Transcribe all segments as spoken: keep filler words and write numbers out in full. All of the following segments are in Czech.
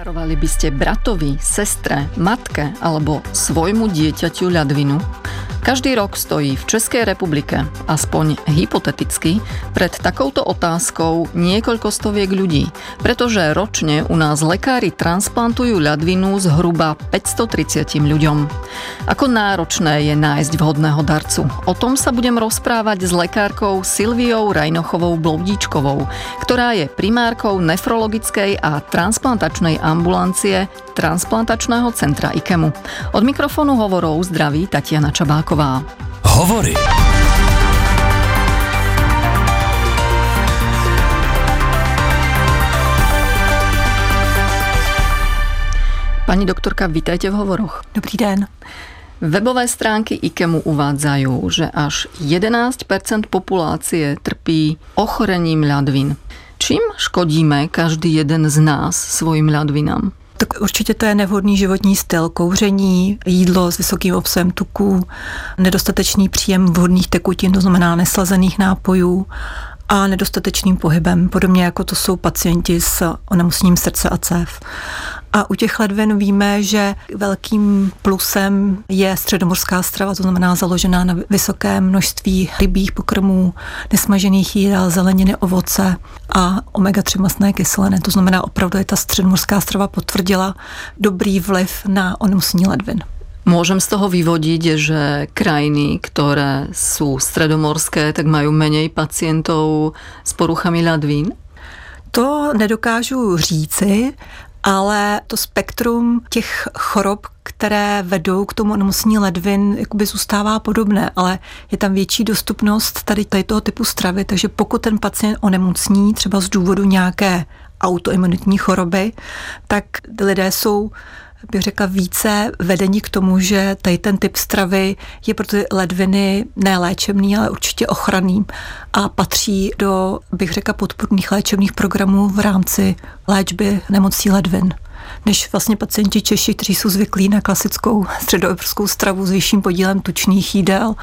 Darovali by ste bratovi, sestre, matke alebo svojmu dieťaťu ľadvinu? Každý rok stojí v Českej republike, aspoň hypoteticky, pred takouto otázkou niekoľko stoviek ľudí, pretože ročne u nás lekári transplantujú ľadvinu zhruba päťstotridsať ľuďom. Ako náročné je nájsť vhodného darcu? O tom sa budem rozprávať s lekárkou Silviou Rajnochovou-Bloudíčkovou, ktorá je primárkou nefrologickej a transplantačnej ambulancie transplantačného centra IKEMu. Od mikrofónu hovorov zdraví Tatiana Čabáková. Hovory. Pani doktorka, vítajte v hovoroch. Dobrý den. Webové stránky IKEMu uvádzajú, že až jedenásť percent populácie trpí ochorením ľadvín. Čím škodíme každý jeden z nás svojim ľadvinám? Tak určitě to je nevhodný životní styl, kouření, jídlo s vysokým obsahem tuků, nedostatečný příjem vhodných tekutin, to znamená neslazených nápojů a nedostatečným pohybem, podobně jako to jsou pacienti s onemocněním srdce a cév. A u těch ledvin víme, že velkým plusem je středomořská strava, to znamená založená na vysoké množství rybích pokrmů, nesmažených jídel, zeleniny, ovoce a omega tři mastné kyseliny. To znamená opravdu, že ta středomořská strava potvrdila dobrý vliv na onemocnění ledvin. Môžem z toho vyvodiť, že krajiny, ktoré sú stredomorské, tak majú menej pacientov s poruchami ľadvín? To nedokážu říci, ale to spektrum těch chorob, které vedou k tomu onemocnění ledvin, jakoby zůstává podobné, ale je tam větší dostupnost tady, tady toho typu stravy, takže pokud ten pacient onemocní třeba z důvodu nějaké autoimunitní choroby, tak lidé jsou, bych řekla, více vedení k tomu, že tady ten typ stravy je pro ty ledviny neléčebný, ale určitě ochranný a patří do, bych řekla, podpůrných léčebných programů v rámci léčby nemocí ledvin. Než vlastně pacienti Češi, kteří jsou zvyklí na klasickou středoevropskou stravu s vyšším podílem tučných jídel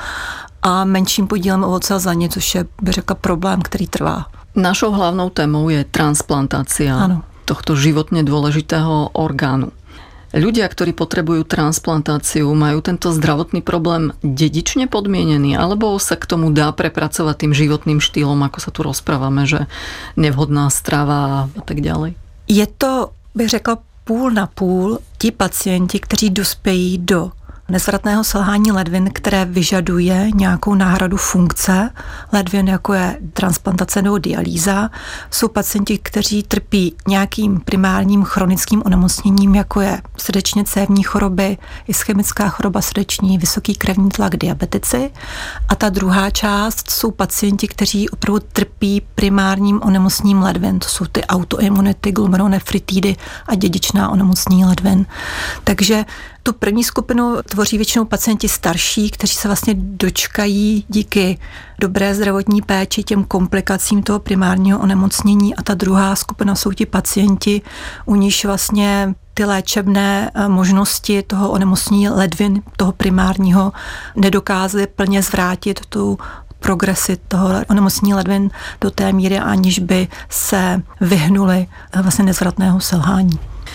a menším podílem ovoce a zeleniny, což je, bych řekla, problém, který trvá. Našou hlavnou témou je transplantácia ano. tohto životne dôležitého orgánu. Ľudia, ktorí potrebujú transplantáciu, majú tento zdravotný problém dedične podmienený, alebo sa k tomu dá prepracovať tým životným štýlom, ako sa tu rozprávame, že nevhodná strava a tak ďalej? Je to, bych řekla, půl na půl. Ti pacienti, kteří dospějí do nezvratného selhání ledvin, které vyžaduje nějakou náhradu funkce ledvin, jako je transplantace nebo dialýza, jsou pacienti, kteří trpí nějakým primárním chronickým onemocněním, jako je srdečně cévní choroby, ischemická choroba srdeční, vysoký krevní tlak, diabetici. A ta druhá část jsou pacienti, kteří opravdu trpí primárním onemocněním ledvin. To jsou ty autoimunity, glomerulonefritidy a dědičná onemocnění ledvin. Takže tu první skupinu tvoří většinou pacienti starší, kteří se vlastně dočkají díky dobré zdravotní péči těm komplikacím toho primárního onemocnění a ta druhá skupina jsou ti pacienti, u níž vlastně ty léčebné možnosti toho onemocnění ledvin, toho primárního, nedokázaly plně zvrátit tu progresi toho onemocnění ledvin do té míry, aniž by se vyhnuli vlastně nezvratného selhání.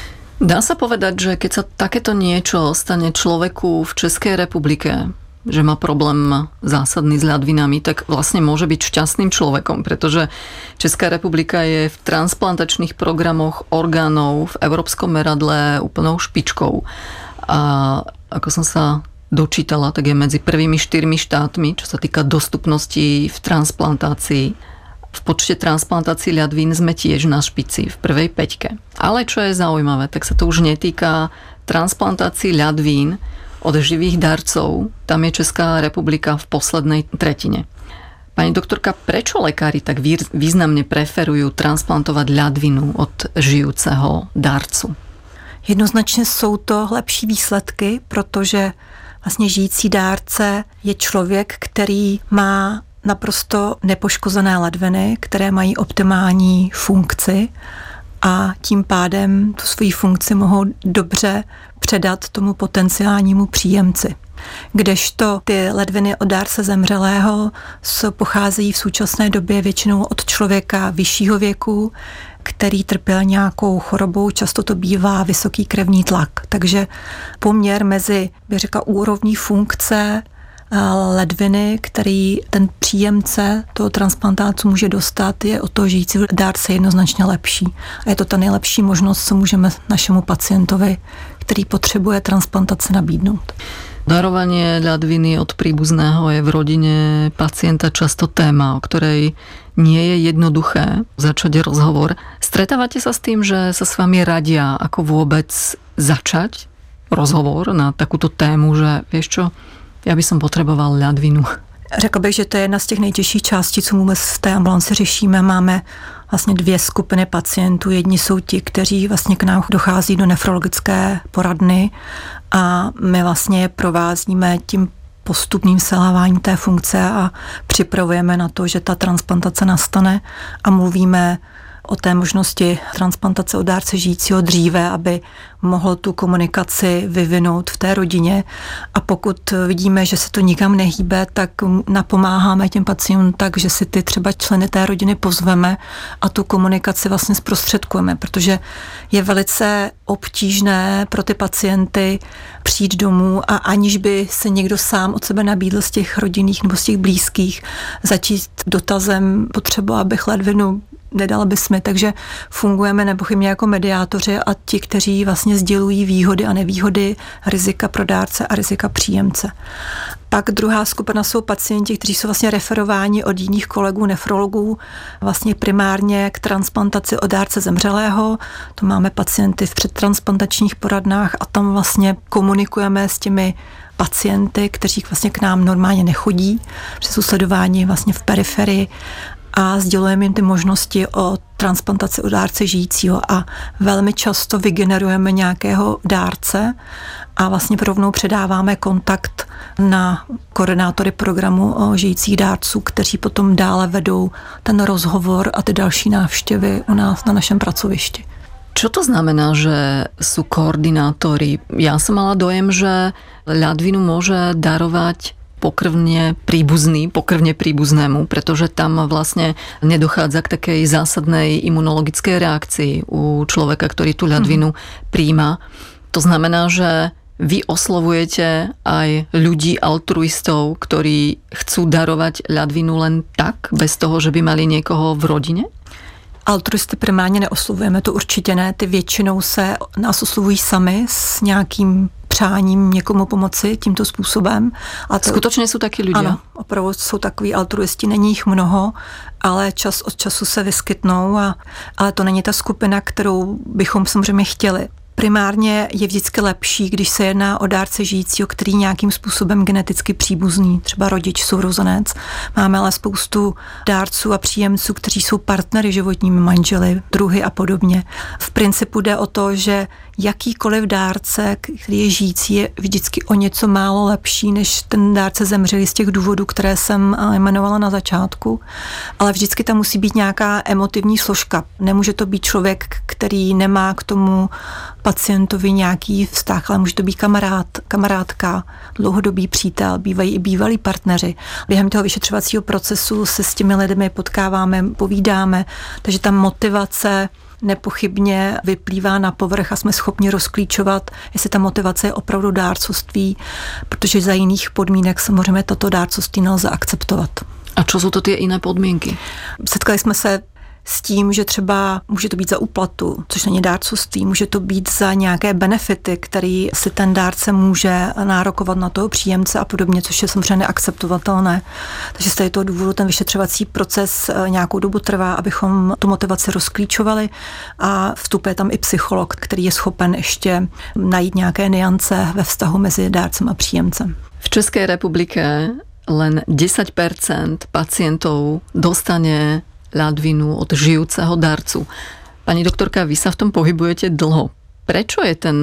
Dá sa povedať, že keď sa takéto niečo stane človeku v Českej republike, že má problém zásadný s ľadvinami, tak vlastne môže byť šťastným človekom, pretože Česká republika je v transplantačných programoch orgánov v európskom meradle úplnou špičkou. A ako som sa dočítala, tak je medzi prvými štyrmi štátmi, čo sa týka dostupnosti v transplantácii. V počte transplantácií ľadvín sme tiež na špici v prvej päťke. Ale čo je zaujímavé, tak sa to už netýka transplantácií ľadvín od živých darcov. Tam je Česká republika v poslednej tretine. Pani doktorka, prečo lekári tak významne preferujú transplantovať ľadvinu od žijúceho darcu? Jednoznačně jsou to lepší výsledky, protože vlastně žijící dárce je člověk, který má naprosto nepoškozené ledviny, které mají optimální funkci a tím pádem tu svoji funkci mohou dobře předat tomu potenciálnímu příjemci. Kdežto ty ledviny od dárce zemřelého pocházejí v současné době většinou od člověka vyššího věku, který trpěl nějakou chorobou, často to bývá vysoký krevní tlak. Takže poměr mezi, bych řekla, úrovní funkce ledviny, který ten příjemce toho transplantátu může dostat, je od toho žijícího dárce jednoznačně lepší. A je to ta nejlepší možnost, co můžeme našemu pacientovi, který potřebuje transplantaci, nabídnout. Darovanie ľadviny od príbuzného je v rodine pacienta často téma, o ktorej nie je jednoduché začať rozhovor. Stretávate sa s tým, že sa s vami radia, ako vôbec začať rozhovor na takúto tému, že vieš čo, ja by som potreboval ľadvinu? Řekl bych, že to je jedna z těch nejtěžších částí, co vůbec v té ambulanci řešíme. Máme vlastně dvě skupiny pacientů. Jedni jsou ti, kteří vlastně k nám dochází do nefrologické poradny a my vlastně je provázíme tím postupným selháváním té funkce a připravujeme na to, že ta transplantace nastane a mluvíme o té možnosti transplantace od dárce žijícího dříve, aby mohl tu komunikaci vyvinout v té rodině. A pokud vidíme, že se to nikam nehýbe, tak napomáháme těm pacientům tak, že si ty třeba členy té rodiny pozveme a tu komunikaci vlastně zprostředkujeme, protože je velice obtížné pro ty pacienty přijít domů a aniž by se někdo sám od sebe nabídl z těch rodinných nebo z těch blízkých, začít dotazem potřeba, abych ledvinu nedala bys mi, takže fungujeme nepochybně jako mediátoři a ti, kteří vlastně sdělují výhody a nevýhody, rizika pro dárce a rizika příjemce. Pak druhá skupina jsou pacienti, kteří jsou vlastně referováni od jiných kolegů, nefrologů, vlastně primárně k transplantaci od dárce zemřelého. To máme pacienty v předtransplantačních poradnách a tam vlastně komunikujeme s těmi pacienty, kteří vlastně k nám normálně nechodí, protože jsou sledováni vlastně v periferii a sdělujeme jim ty možnosti o transplantaci od dárce žijícího a velmi často vygenerujeme nějakého dárce a vlastně rovnou předáváme kontakt na koordinátory programu o žijících dárců, kteří potom dále vedou ten rozhovor a ty další návštěvy u nás na našem pracovišti. Čo to znamená, že sú koordinátori? Ja som mala dojem, že ľadvinu môže darovať pokrvne príbuzný, pokrvne príbuznému, pretože tam vlastne nedochádza k takej zásadnej imunologickej reakcii u človeka, ktorý tú ľadvinu príjma. To znamená, že vy oslovujete aj ľudí, altruistov, ktorí chcú darovať ľadvinu len tak, bez toho, že by mali niekoho v rodine? Altruisty primárně neoslovujeme, to určitě ne. Ty většinou se nás oslovují sami s nějakým přáním někomu pomoci tímto způsobem. A to, skutečně jsou taky lidé? Ano, opravdu jsou takový altruisti, není jich mnoho, ale čas od času se vyskytnou, a, ale to není ta skupina, kterou bychom samozřejmě chtěli. Primárně je vždycky lepší, když se jedná o dárce žijícího, který nějakým způsobem geneticky příbuzný, třeba rodič, sourozenec. Máme ale spoustu dárců a příjemců, kteří jsou partnery, životními manželi, druhy a podobně. V principu jde o to, že jakýkoliv dárce, který je žijící, je vždycky o něco málo lepší, než ten dárce zemřelý z těch důvodů, které jsem jmenovala na začátku. Ale vždycky tam musí být nějaká emotivní složka. Nemůže to být člověk, který nemá k tomu pacientovi nějaký vztah, ale může to být kamarád, kamarádka, dlouhodobý přítel, bývají i bývalí partneři. Během toho vyšetřovacího procesu se s těmi lidmi potkáváme, povídáme, takže ta motivace nepochybně vyplývá na povrch a jsme schopni rozklíčovat, jestli ta motivace je opravdu dárcovství, protože za jiných podmínek samozřejmě tato dárcovství nelze akceptovat. A čo jsou to ty jiné podmínky? Setkali jsme se s tím, že třeba může to být za úplatu, což není dárcovství, může to být za nějaké benefity, který si ten dárce může nárokovat na toho příjemce a podobně, což je samozřejmě neakceptovatelné. Takže z toho důvodu ten vyšetřovací proces nějakou dobu trvá, abychom tu motivaci rozklíčovali a vstupuje tam i psycholog, který je schopen ještě najít nějaké nuance ve vztahu mezi dárcem a příjemcem. V České republike len desať percent pacientov dostane ľadvinu od žijúceho darcu. Pani doktorka, vy sa v tom pohybujete dlho. Prečo je ten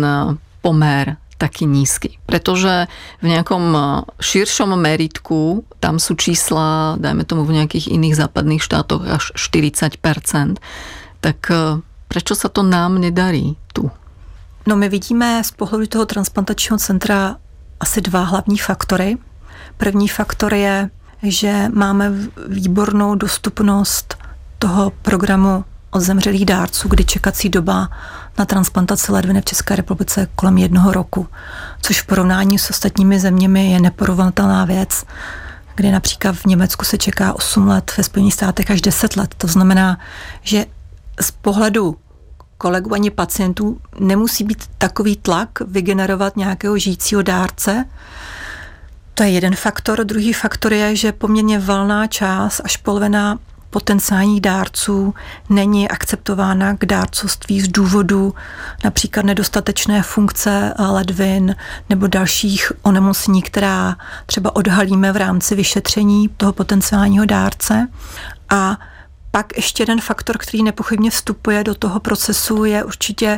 pomer taký nízky? Pretože v nejakom širšom meritku tam sú čísla, dajme tomu v nejakých iných západných štátoch až štyridsať percent. Tak prečo sa to nám nedarí tu? No my vidíme z pohledu toho transplantačního centra asi dva hlavní faktory. První faktor je, že máme výbornou dostupnost toho programu od zemřelých dárců, kdy čekací doba na transplantaci ledviny v České republice je kolem jednoho roku, což v porovnání s ostatními zeměmi je neporovnatelná věc, kdy například v Německu se čeká osm let, ve Spojených státech až deset let. To znamená, že z pohledu kolegů ani pacientů nemusí být takový tlak vygenerovat nějakého žijícího dárce. To je jeden faktor. Druhý faktor je, že poměrně valná část, až polovina potenciálních dárců není akceptována k dárcovství z důvodu například nedostatečné funkce ledvin nebo dalších onemocnění, která třeba odhalíme v rámci vyšetření toho potenciálního dárce. A pak ještě jeden faktor, který nepochybně vstupuje do toho procesu, je určitě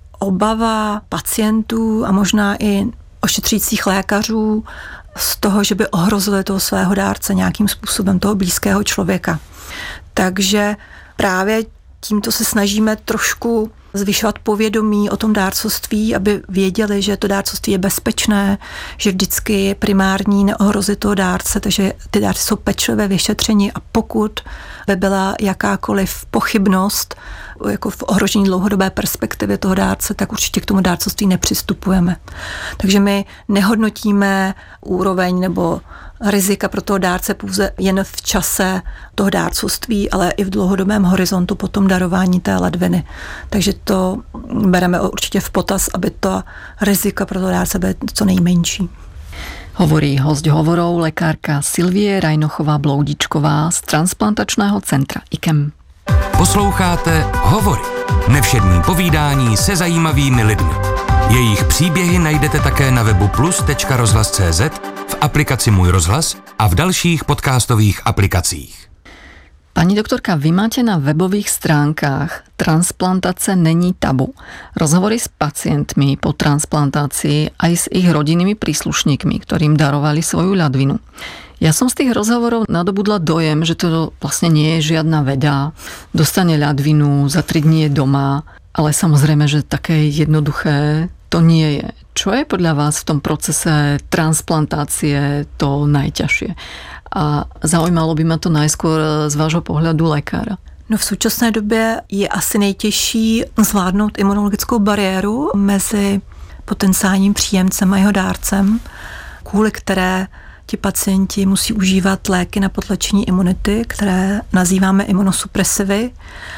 obava pacientů a možná i ošetřujících lékařů z toho, že by ohrozili toho svého dárce nějakým způsobem, toho blízkého člověka. Takže právě tímto se snažíme trošku zvyšovat povědomí o tom dárcovství, aby věděli, že to dárcovství je bezpečné, že vždycky je primární neohrozit toho dárce, takže ty dárci jsou pečlivě vyšetřeni a pokud by byla jakákoliv pochybnost jako v ohrožení dlouhodobé perspektivy toho dárce, tak určitě k tomu dárcovství nepřistupujeme. Takže my nehodnotíme úroveň nebo rizika pro toho dárce pouze jen v čase toho dárcovství, ale i v dlouhodobém horizontu potom darování té ledviny. Takže to bereme určitě v potaz, aby to rizika pro toho dárce byly co nejmenší. Hovorí hosť hovorov lekárka Silvie Rajnochová-Bloudičková z transplantačného centra í ká é em. Posloucháte Hovory. Nevšední povídání se zajímavými lidmi. Jejich příběhy najdete také na webu plus tečka rozhlas tečka cé zet, v aplikaci Můj rozhlas a v dalších podcastových aplikacích. Pani doktorka, vy máte na webových stránkách Transplantace není tabu. Rozhovory s pacientmi po transplantácii aj s ich rodinnými príslušníkmi, ktorým darovali svoju ľadvinu. Ja som z tých rozhovorov nadobudla dojem, že to vlastne nie je žiadna veda. Dostane ľadvinu, za tri dní je doma, ale samozrejme, že také jednoduché to nie je. Čo je podľa vás v tom procese transplantácie to najťažšie? A zaujímalo by ma to najskôr z vášho pohľadu lékařa. No v současné době je asi nejtěžší zvládnout imunologickou bariéru mezi potenciálním příjemcem a jeho dárcem, kvůli které ti pacienti musí užívat léky na potlačení imunity, které nazýváme imunosupresivy.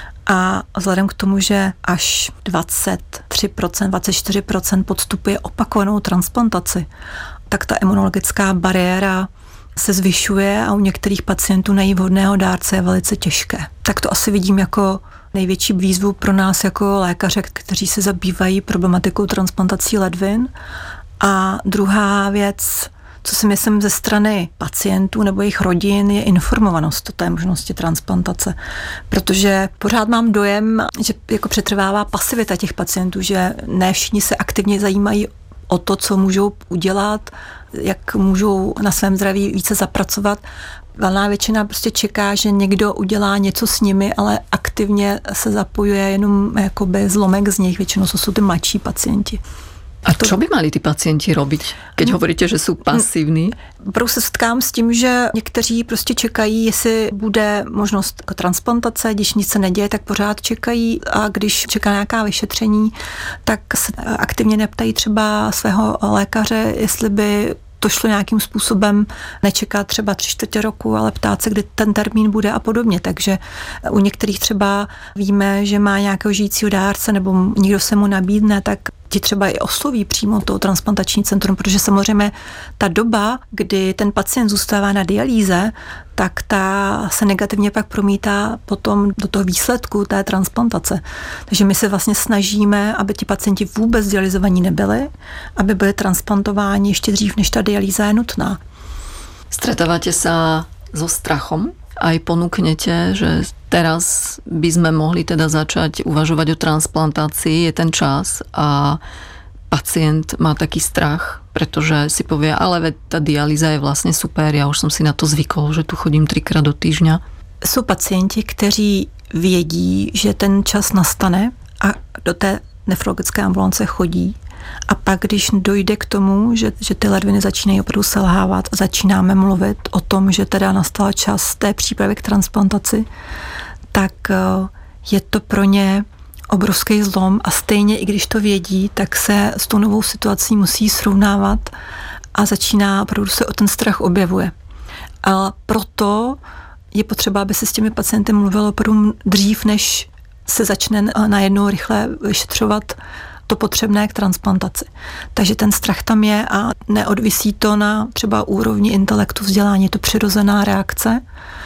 A vzhledem k tomu, že až dvacet tři procent, dvacet čtyři procent podstupuje opakovanou transplantaci, tak ta imunologická bariéra se zvyšuje a u některých pacientů najít vhodného dárce je velice těžké. Tak to asi vidím jako největší výzvu pro nás jako lékaře, kteří se zabývají problematikou transplantací ledvin. A druhá věc, co si myslím ze strany pacientů nebo jejich rodin, je informovanost o té možnosti transplantace. Protože pořád mám dojem, že jako přetrvává pasivita těch pacientů, že ne všichni se aktivně zajímají o to, co můžou udělat, jak můžou na svém zdraví více zapracovat. Valná většina prostě čeká, že někdo udělá něco s nimi, ale aktivně se zapojuje jenom jakoby zlomek z nich, většinou jsou ty mladší pacienti. A čo by mali ty pacienti robiť, keď hovoríte, že sú pasívni? Prv se setkám s tím, že někteří prostě čekají, jestli bude možnost transplantace, když nic se neděje, tak pořád čekají a když čeká nějaká vyšetření, tak se aktivně neptají třeba svého lékaře, jestli by to šlo nějakým způsobem nečekat třeba tři čtvrtě roku, ale ptát se, kdy ten termín bude a podobně. Takže u některých třeba víme, že má nějakého žijícího dárce nebo někdo se mu nabídne, tak ti třeba i osloví přímo to transplantační centrum, protože samozřejmě ta doba, kdy ten pacient zůstává na dialýze, tak ta se negativně pak promítá potom do toho výsledku té transplantace. Takže my se vlastně snažíme, aby ti pacienti vůbec dialyzovaní nebyli, aby byli transplantováni ještě dřív, než ta dialýza je nutná. Stretávate sa so strachom? Aj ponúknete, že teraz by sme mohli teda začať uvažovať o transplantácii, je ten čas a pacient má taký strach, pretože si povie, ale veď tá dialýza je vlastne super, ja už som si na to zvykol, že tu chodím trikrát do týždňa. Jsou pacienti, kteří vědí, že ten čas nastane a do té nefrologické ambulance chodí. A pak, když dojde k tomu, že, že ty ledviny začínají opravdu selhávat a začínáme mluvit o tom, že teda nastal čas té přípravy k transplantaci, tak je to pro ně obrovský zlom a stejně, i když to vědí, tak se s tou novou situací musí srovnávat a začíná, opravdu se o ten strach objevuje. A proto je potřeba, aby se s těmi pacienty mluvilo opravdu dřív, než se začne najednou rychle vyšetřovat to potřebné k transplantaci. Takže ten strach tam je a neodvisí to na třeba úrovni intelektu, vzdělání, je to přirozená reakce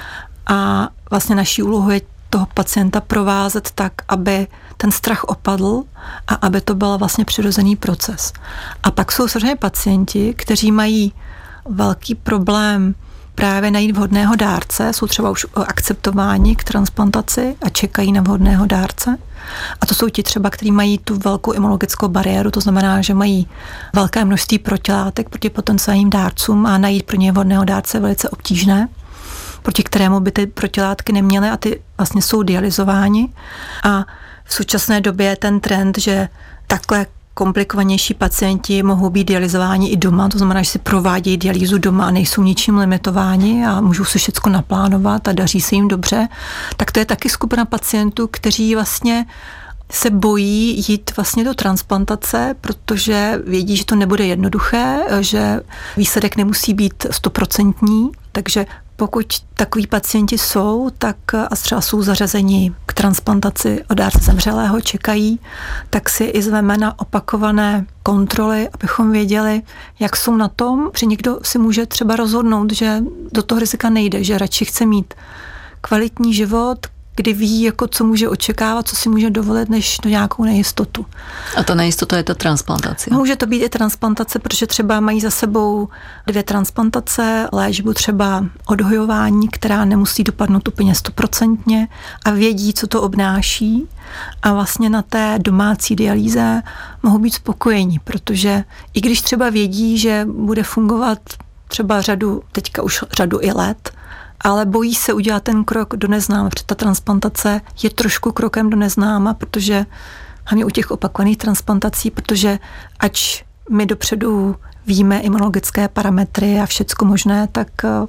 a vlastně naší úlohou je toho pacienta provázet tak, aby ten strach opadl a aby to byl vlastně přirozený proces. A pak jsou samozřejmě pacienti, kteří mají velký problém právě najít vhodného dárce, jsou třeba už akceptováni k transplantaci a čekají na vhodného dárce. A to jsou ti třeba, kteří mají tu velkou imunologickou bariéru, to znamená, že mají velké množství protilátek proti potenciálním dárcům a najít pro ně vhodného dárce je velice obtížné, proti kterému by ty protilátky neměly a ty vlastně jsou dialyzováni. A v současné době je ten trend, že takhle komplikovanější pacienti mohou být dialyzováni i doma, to znamená, že si provádějí dialýzu doma a nejsou ničím limitováni a můžou si všechno naplánovat a daří se jim dobře, tak to je taky skupina pacientů, kteří vlastně se bojí jít vlastně do transplantace, protože vědí, že to nebude jednoduché, že výsledek nemusí být stoprocentní, takže pokud takový pacienti jsou, tak a třeba jsou zařazeni k transplantaci od dárce zemřelého, čekají, tak si i zveme na opakované kontroly, abychom věděli, jak jsou na tom, že někdo si může třeba rozhodnout, že do toho rizika nejde, že radši chce mít kvalitní život, kdy ví, jako co může očekávat, co si může dovolit, než do nějakou nejistotu. A ta nejistota je ta transplantace. Může to být i transplantace, protože třeba mají za sebou dvě transplantace, léčbu třeba odhojování, která nemusí dopadnout úplně stoprocentně a vědí, co to obnáší a vlastně na té domácí dialýze mohou být spokojení, protože i když třeba vědí, že bude fungovat třeba řadu, teďka už řadu i let, ale bojí se udělat ten krok do neznáma, protože ta transplantace je trošku krokem do neznáma, protože hlavně u těch opakovaných transplantací, protože ač my dopředu víme imunologické parametry a všecko možné, tak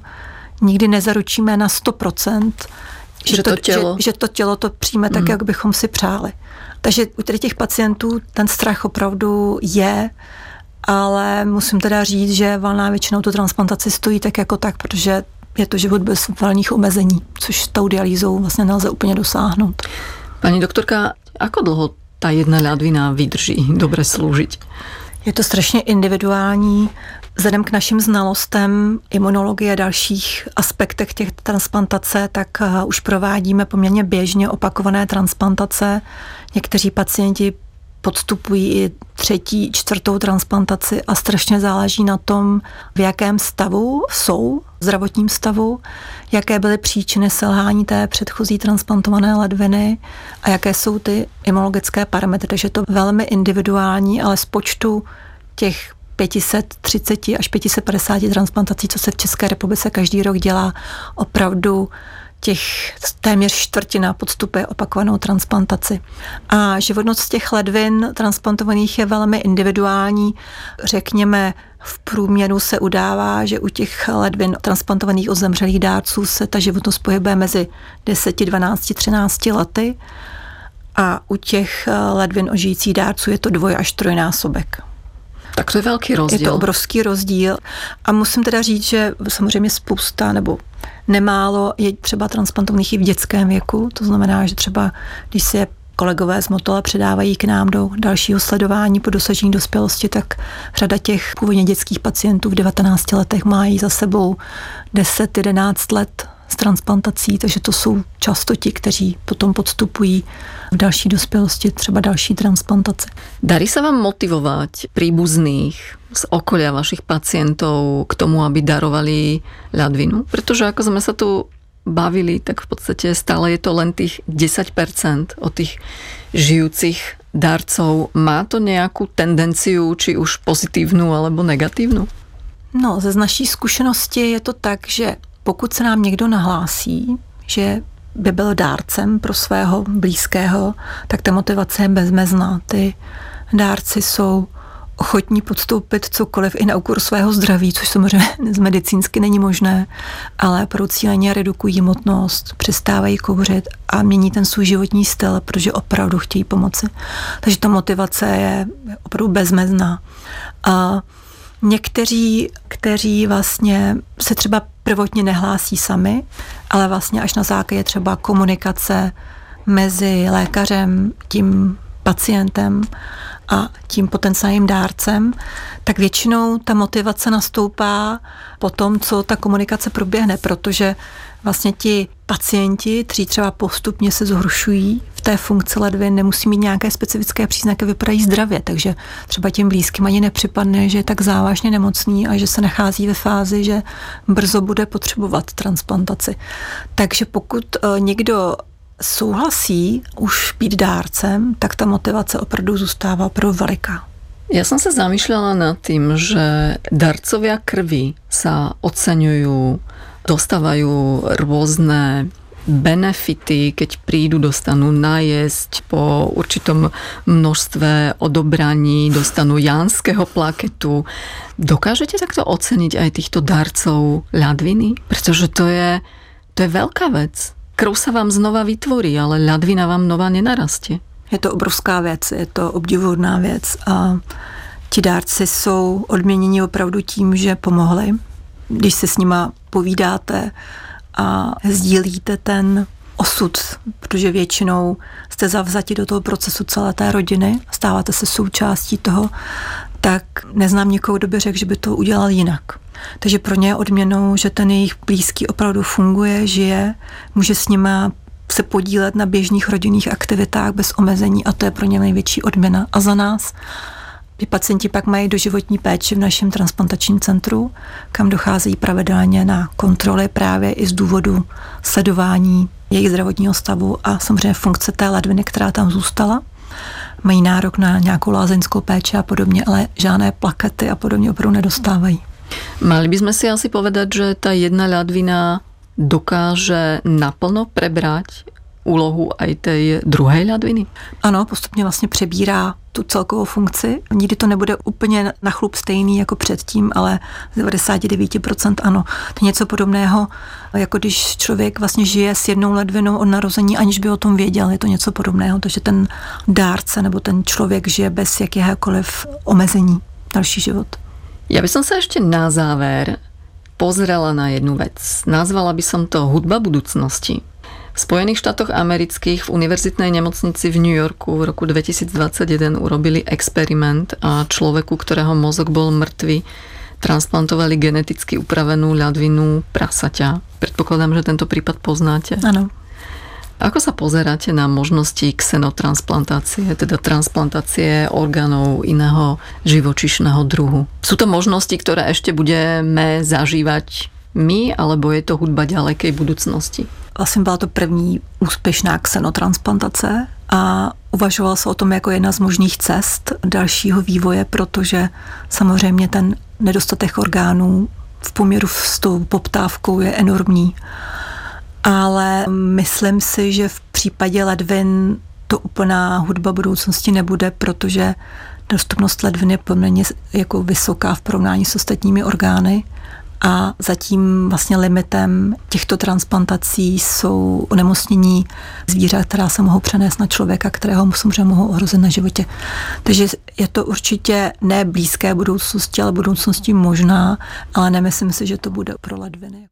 nikdy nezaručíme na sto procent, že, že, to, tělo. Že, že to tělo to přijme tak, mm. jak bychom si přáli. Takže u těch pacientů ten strach opravdu je, ale musím teda říct, že valná většinou tu transplantaci stojí tak jako tak, protože je to život bez valných omezení, což s tou dialýzou vlastně nelze úplně dosáhnout. Pani doktorka, ako dlho ta jedna ľadvina vydrží dobre slúžiť? Je to strašně individuální. Vzhledem k našim znalostem imunologie a dalších aspektech těch transplantace, tak už provádíme poměrně běžně opakované transplantace. Někteří pacienti podstupují i třetí, čtvrtou transplantaci a strašně záleží na tom, v jakém stavu jsou, zdravotním stavu, jaké byly příčiny selhání té předchozí transplantované ledviny a jaké jsou ty imunologické parametry. Takže je to velmi individuální, ale z počtu těch pět set třicet až pět set padesát transplantací, co se v České republice každý rok dělá, opravdu těch téměř čtvrtina podstupuje opakovanou transplantaci. A životnost těch ledvin transplantovaných je velmi individuální. Řekněme, v průměru se udává, že u těch ledvin transplantovaných od zemřelých dárců se ta životnost pohybuje mezi deset, dvanáct, třináct lety a u těch ledvin od žijících dárců je to dvoj až trojnásobek. Tak to je velký rozdíl. Je to obrovský rozdíl a musím teda říct, že samozřejmě spousta nebo nemálo je třeba transplantovaných i v dětském věku, to znamená, že třeba když si je kolegové z Motola předávají k nám do dalšího sledování po dosažení dospělosti, tak řada těch původně dětských pacientů v devatenácti letech mají za sebou deset jedenáct let s transplantací, takže to jsou často ti, kteří potom podstupují v další dospělosti třeba další transplantace. Darí sa vám motivovať príbuzných z okolia vašich pacientov k tomu, aby darovali ľadvinu? Pretože ako sme sa tu bavili, tak v podstate stále je to len tých desať percent od tých žijúcich darcov. Má to nejakú tendenciu, či už pozitívnu alebo negatívnu? No, ze z naší zkušenosti je to tak, že pokud se nám někdo nahlásí, že by byl dárcem pro svého blízkého, tak ta motivace je bezmezná. Ty dárci jsou ochotní podstoupit cokoliv i na úkor svého zdraví, což samozřejmě z medicínsky není možné, ale pro cíleně redukují hmotnost, přestávají kouřit a mění ten svůj životní styl, protože opravdu chtějí pomoci. Takže ta motivace je opravdu bezmezná. A někteří, kteří vlastně se třeba prvotně nehlásí sami, ale vlastně až na základě třeba komunikace mezi lékařem, tím pacientem a tím potenciálním dárcem, tak většinou ta motivace nastoupá po tom, co ta komunikace proběhne, protože vlastně ti pacienti, kteří třeba postupně se zhoršují v té funkci ledvin, nemusí mít nějaké specifické příznaky, vypadají zdravě, takže třeba těm blízkým ani nepřipadne, že je tak závažně nemocný a že se nachází ve fázi, že brzo bude potřebovat transplantaci. Takže pokud někdo souhlasí už být dárcem, tak ta motivace opravdu zůstává opravdu veliká. Ja som sa zamýšľala nad tým, že darcovia krvi sa oceňujú, dostávajú rôzne benefity, keď prídu, dostanú najesť po určitom množstve odobraní, dostanú janského plaketu. Dokážete takto oceniť aj týchto darcov ľadviny? Pretože to je, to je veľká vec. Krv sa vám znova vytvorí, ale ľadvina vám nová nenarastie. Je to obrovská věc, je to obdivuhodná věc a ti dárci jsou odměněni opravdu tím, že pomohli. Když se s nima povídáte a sdílíte ten osud, protože většinou jste zavzati do toho procesu celé té rodiny, stáváte se součástí toho, tak neznám nikoho, kdo by řekl, že by to udělal jinak. Takže pro ně je odměnou, že ten jejich blízký opravdu funguje, žije, může s nima se podílet na běžných rodinných aktivitách bez omezení a to je pro ně největší odměna. A za nás ty pacienti pak mají doživotní péči v našem transplantačním centru, kam docházejí pravidelně na kontroly právě i z důvodu sledování jejich zdravotního stavu a samozřejmě funkce té ledviny, která tam zůstala. Mají nárok na nějakou lázeňskou péči a podobně, ale žádné plakety a podobně opravdu nedostávají. Mali by sme si asi povedať, že tá jedna ľadvina dokáže naplno prebrať úlohu aj tej druhej ľadviny? Ano, postupně vlastně přebírá tu celkovou funkci. Nikdy to nebude úplně na chlup stejný jako předtím, ale z devadesát devět procent ano. To je něco podobného, jako když člověk vlastně žije s jednou ledvinou od narození, aniž by o tom věděl. Je to něco podobného, takže ten dárce nebo ten člověk žije bez jakéhokoliv omezení další život. Ja by som sa ešte na záver pozrela na jednu vec. Nazvala by som to hudba budúcnosti. V Spojených štátoch amerických v univerzitnej nemocnici v New Yorku v roku dvetisícdvadsaťjeden urobili experiment a človeku, ktorého mozog bol mŕtvy, transplantovali geneticky upravenú ľadvinu prasaťa. Predpokladám, že tento prípad poznáte. Áno. Ako sa pozeráte na možnosti xenotransplantácie, teda transplantácie orgánov iného živočíšneho druhu? Sú to možnosti, ktoré ešte budeme zažívať my, alebo je to hudba ďalekej budúcnosti? Vlastně byla to první úspěšná xenotransplantace a uvažoval se o tom jako jedna z možných cest dalšího vývoje, protože samozřejmě ten nedostatek orgánů v poměru s tou poptávkou je enormní. Ale myslím si, že v případě ledvin to úplná hudba budoucnosti nebude, protože dostupnost ledvin je poměrně jako vysoká v porovnání s ostatními orgány a zatím vlastně limitem těchto transplantací jsou onemocnění zvířat, která se mohou přenést na člověka, kterého samozřejmě mohou ohrozit na životě. Takže je to určitě ne blízké budoucnosti, ale budoucnosti možná, ale nemyslím si, že to bude pro ledviny.